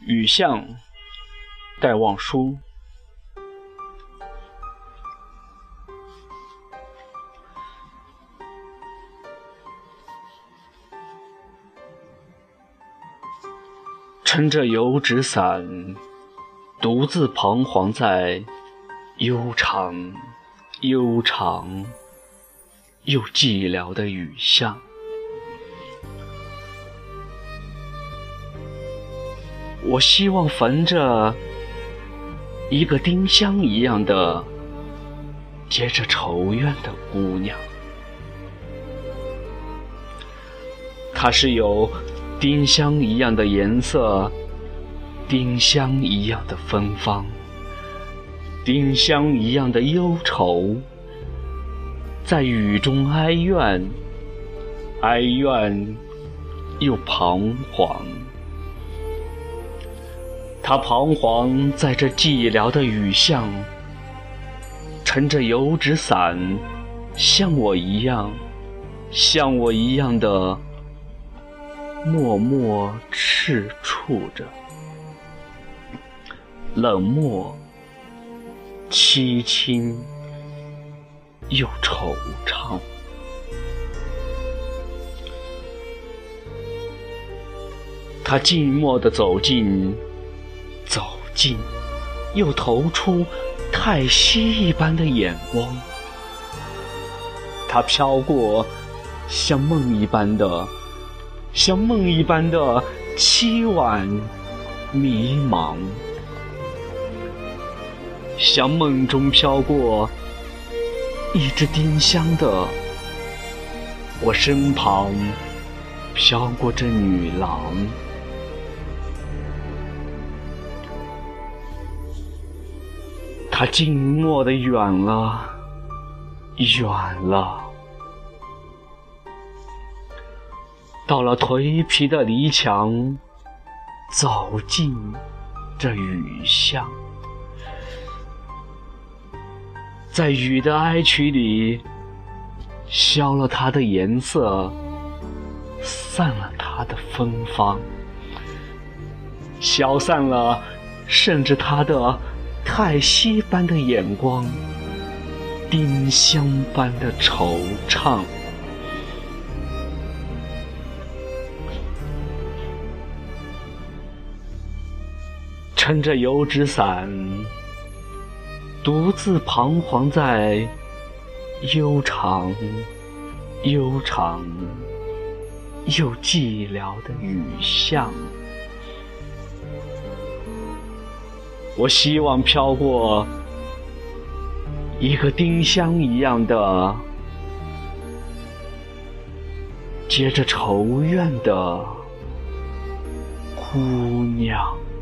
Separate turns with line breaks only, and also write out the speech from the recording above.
雨巷，戴望舒。撑着油纸伞，独自彷徨在悠长悠长又寂寥的雨巷。我希望逢着一个丁香一样的结着愁怨的姑娘，她是有丁香一样的颜色，丁香一样的芬芳，丁香一样的忧愁，在雨中哀怨，哀怨又彷徨。他彷徨在这寂寥的雨巷，撑着油纸伞，像我一样的默默赤触着，冷漠凄清又惆怅。他静默地走近，又投出太息一般的眼光。他飘过，像梦一般的凄婉迷茫，像梦中飘过一只丁香的我身旁，飘过这女郎。她静默地远了，到了颓圮的篱墙，走进这雨巷，在雨的哀曲里，消了它的颜色，散了它的芬芳，消散了甚至它的太息般的眼光，丁香般的惆怅。撑着油纸伞，独自彷徨在悠长悠寂寥的雨巷。我希望飘过一个丁香一样的结着愁怨的姑娘。